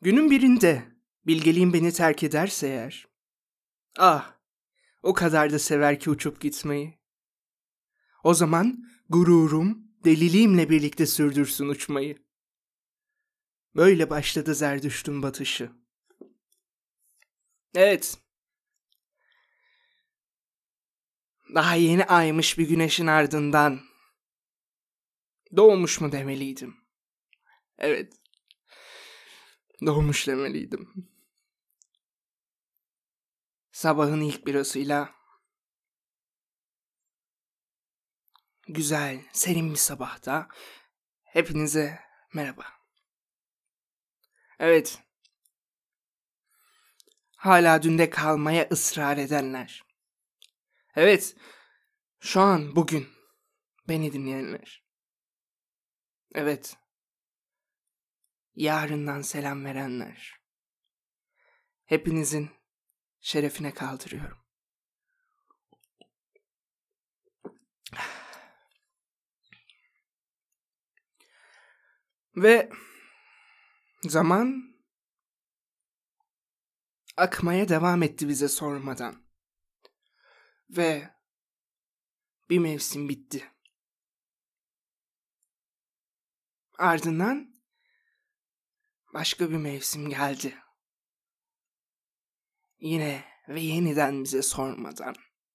Günün birinde bilgeliğim beni terk ederse eğer, ah, o kadar da sever ki uçup gitmeyi. O zaman gururum deliliğimle birlikte sürdürsün uçmayı. Böyle başladı Zerdüşt'ün batışı. Evet, daha yeni aymış bir güneşin ardından doğmuş mu demeliydim? Evet, doğmuş demeliydim. Sabahın ilk birasıyla güzel, serin bir sabahta hepinize merhaba. Evet, hala dünde kalmaya ısrar edenler. Evet, şu an, bugün beni dinleyenler. Evet, yarından selam verenler. Hepinizin şerefine kaldırıyorum. Ve zaman akmaya devam etti bize sormadan. Ve bir mevsim bitti. Ardından başka bir mevsim geldi. Yine ve yeniden bize sormadan.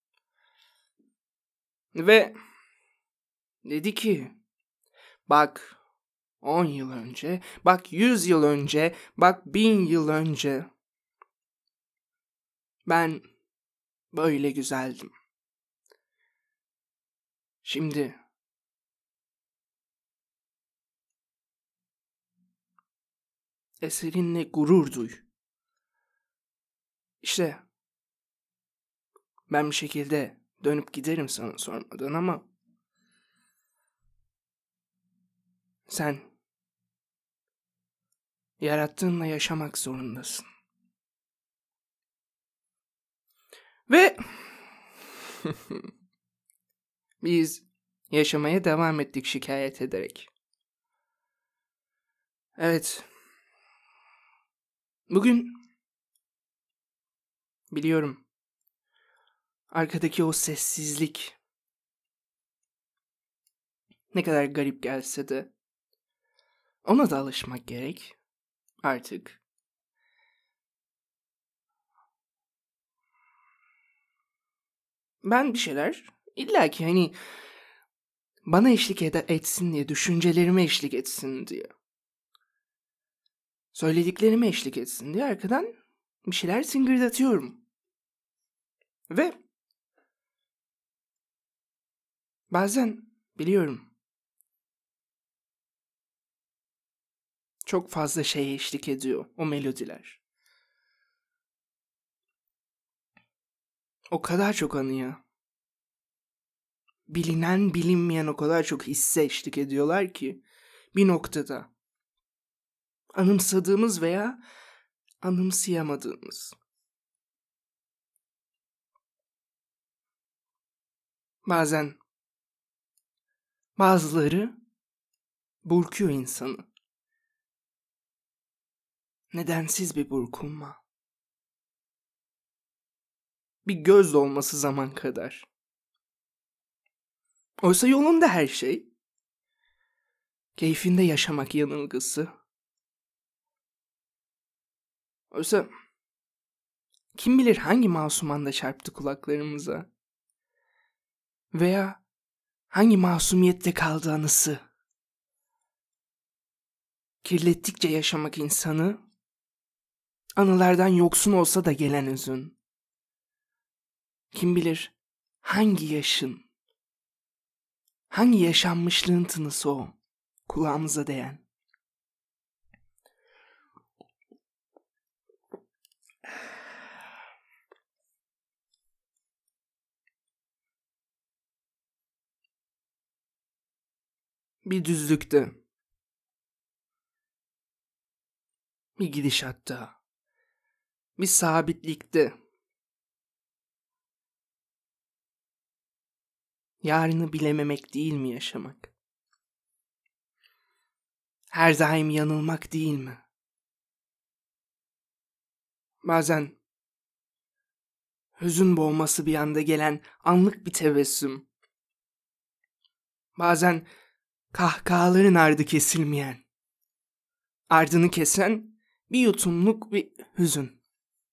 Ve dedi ki, bak 10 yıl önce, bak 100 yıl önce, bak 1000 yıl önce ben böyle güzeldim. Şimdi eserinle gurur duy. İşte ben bir şekilde dönüp giderim sana sormadan ama sen yarattığınla yaşamak zorundasın. Ve biz yaşamaya devam ettik şikayet ederek. Evet. Bugün biliyorum arkadaki o sessizlik ne kadar garip gelse de ona da alışmak gerek artık. Ben bir şeyler illaki hani bana eşlik etsin diye, düşüncelerime eşlik etsin diye, söylediklerime eşlik etsin diye arkadan bir şeyler tıngırdatıyorum. Ve bazen biliyorum çok fazla şeye eşlik ediyor o melodiler. O kadar çok anıya, bilinen bilinmeyen o kadar çok hisse eşlik ediyorlar ki bir noktada anımsadığımız veya anımsayamadığımız. Bazen bazıları burkuyor insanı. Nedensiz bir burkulma. Bir göz dolması zaman kadar. Oysa yolunda her şey. Keyfinde yaşamak yanılgısı. Oysa kim bilir hangi masum anda çarptı kulaklarımıza. Veya hangi masumiyette kaldı anısı. Kirlettikçe yaşamak insanı, anılardan yoksun olsa da gelen hüzün. Kim bilir hangi yaşın, hangi yaşanmışlığın tınısı o, kulağımıza değen. Bir düzlükte, bir gidişatta, bir sabitlikte, yarını bilememek değil mi yaşamak? Her daim yanılmak değil mi? Bazen hüzün boğması bir anda gelen anlık bir tebessüm. Bazen kahkahaların ardı kesilmeyen, ardını kesen bir yutumluk bir hüzün.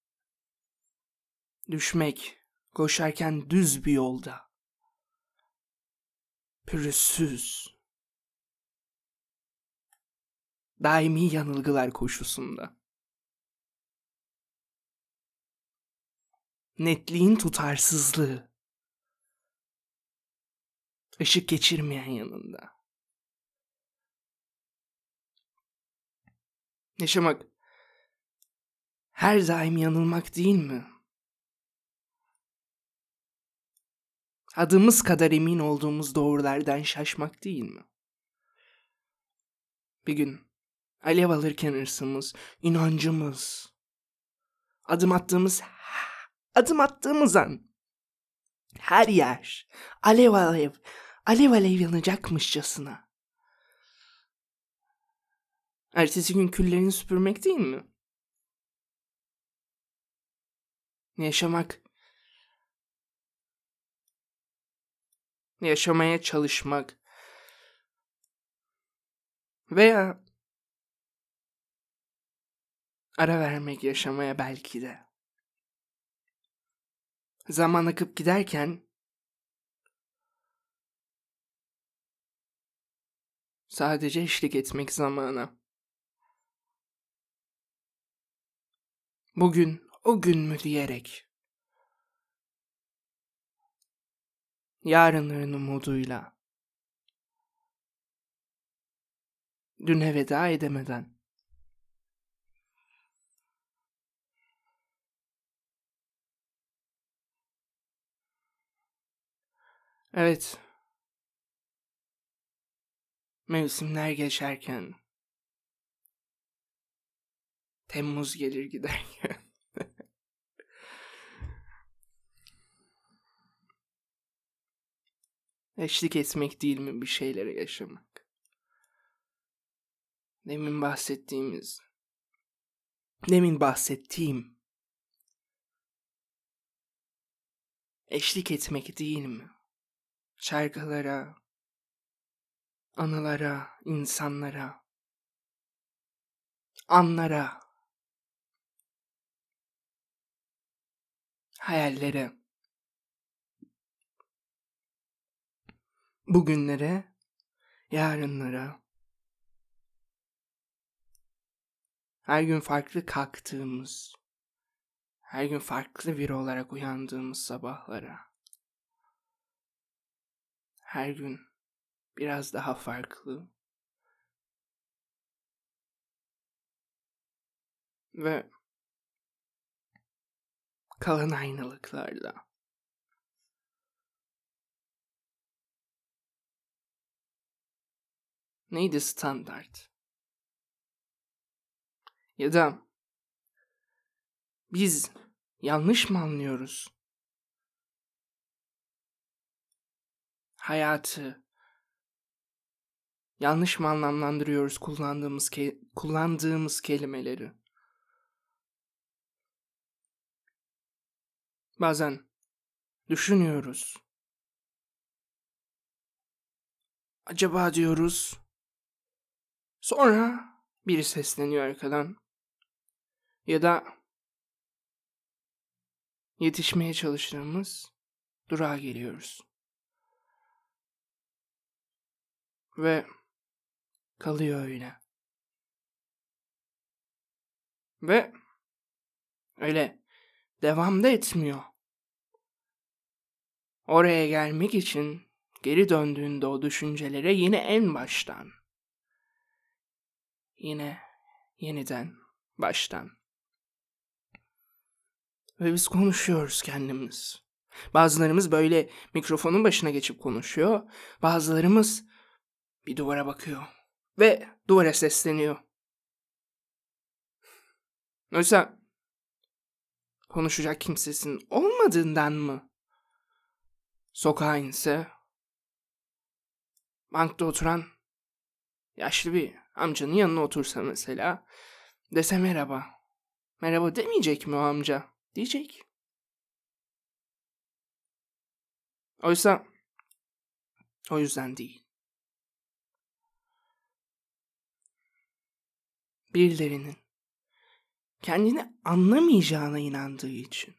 Düşmek, koşarken düz bir yolda. Pürüzsüz. Daimi yanılgılar koşusunda. Netliğin tutarsızlığı. Işık geçirmeyen yanında. Yaşamak her daim yanılmak değil mi? Adımız kadar emin olduğumuz doğrulardan şaşmak değil mi? Bir gün alev alırken hırsımız, inancımız, adım attığımız an her yer alev alev, alev alev yanacakmışçasına. Ertesi gün küllerini süpürmek değil mi? Yaşamaya çalışmak veya ara vermek yaşamaya belki de. Zaman akıp giderken sadece eşlik etmek zamana. Bugün o gün mü diyerek. Yarınların umuduyla. Düne veda edemeden. Evet. Mevsimler geçerken. Temmuz gelir giderken. Eşlik etmek değil mi bir şeylere yaşamak? Demin bahsettiğim eşlik etmek değil mi? Şarkılara, anılara, insanlara, anlara, hayallere, bugünlere, yarınlara, her gün farklı kalktığımız, her gün farklı biri olarak uyandığımız sabahlara, her gün biraz daha farklı ve kalan aynalıklarla. Neydi standart? Ya da biz yanlış mı anlıyoruz? Hayatı yanlış mı anlamlandırıyoruz kullandığımız kelimeleri? Bazen düşünüyoruz. Acaba diyoruz. Sonra biri sesleniyor arkadan. Ya da yetişmeye çalıştığımız durağa geliyoruz. Ve kalıyor öyle. Ve öyle devam da etmiyor. Oraya gelmek için geri döndüğünde o düşüncelere yine en baştan. Yine yeniden baştan. Ve biz konuşuyoruz kendimiz. Bazılarımız böyle mikrofonun başına geçip konuşuyor. Bazılarımız bir duvara bakıyor. Ve duvara sesleniyor. Oysa konuşacak kimsesinin olmadığından mı? Sokağa inse, bankta oturan yaşlı bir amcanın yanına otursa mesela, dese merhaba. Merhaba demeyecek mi o amca? Diyecek. Oysa o yüzden değil. Birilerinin kendini anlamayacağına inandığı için.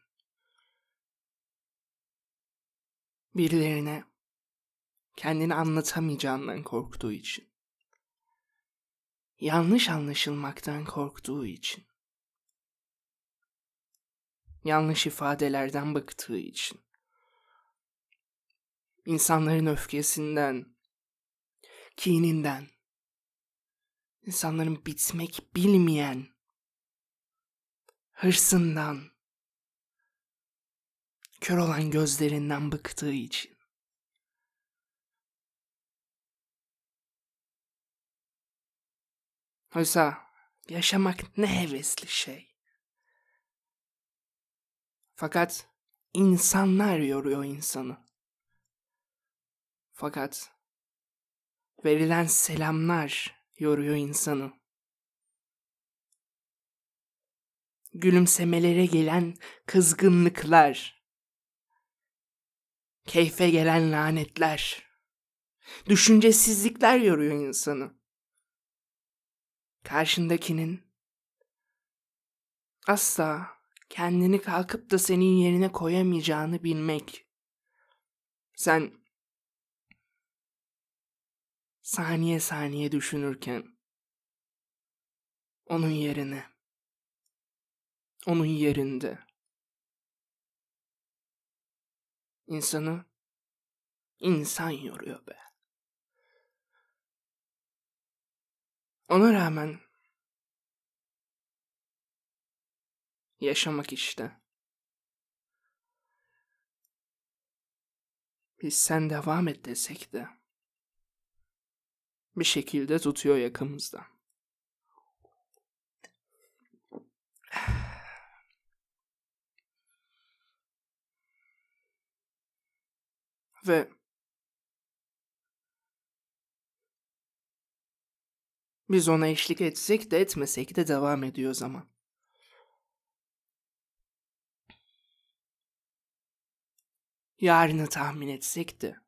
Birilerine kendini anlatamayacağından korktuğu için. Yanlış anlaşılmaktan korktuğu için. Yanlış ifadelerden bıktığı için. İnsanların öfkesinden, kininden, insanların bitmek bilmeyen hırsından, kör olan gözlerinden bıktığı için. Oysa yaşamak ne hevesli şey. Fakat insanlar yoruyor insanı. Fakat verilen selamlar yoruyor insanı. Gülümsemelere gelen kızgınlıklar, keyfe gelen lanetler, düşüncesizlikler yoruyor insanı. Karşındakinin asla kendini kalkıp da senin yerine koyamayacağını bilmek. Sen saniye saniye düşünürken onun yerine, onun yerinde insanı insan yoruyor be. Ona rağmen yaşamak işte. Biz sen devam et desek de bir şekilde tutuyor yakamızda. Ve biz ona eşlik etsek de etmesek de devam ediyor zaman. Yarını tahmin etsek de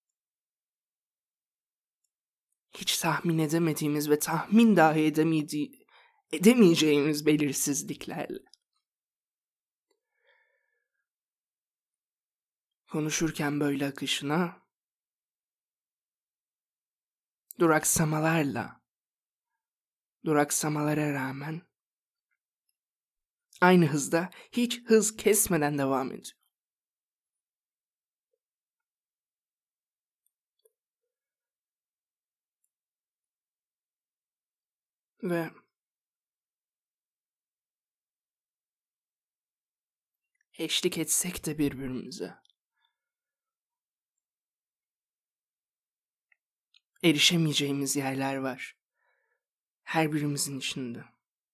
hiç tahmin edemediğimiz ve tahmin dahi edemeyeceğimiz belirsizliklerle. Konuşurken böyle akışına, duraksamalara rağmen aynı hızda hiç hız kesmeden devam ediyor. Ve eşlik etsek de birbirimize erişemeyeceğimiz yerler var. Her birimizin içinde.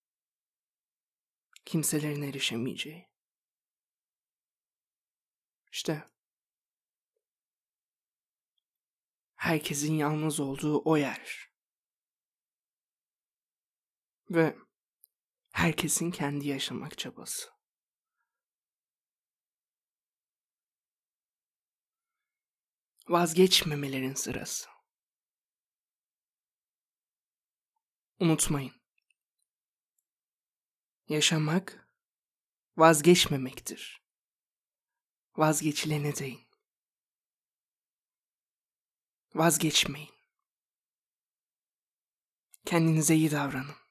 Kimselerin erişemeyeceği. İşte herkesin yalnız olduğu o yer. Ve herkesin kendi yaşamak çabası. Vazgeçmemelerin sırası. Unutmayın. Yaşamak vazgeçmemektir. Vazgeçilene değin. Vazgeçmeyin. Kendinize iyi davranın.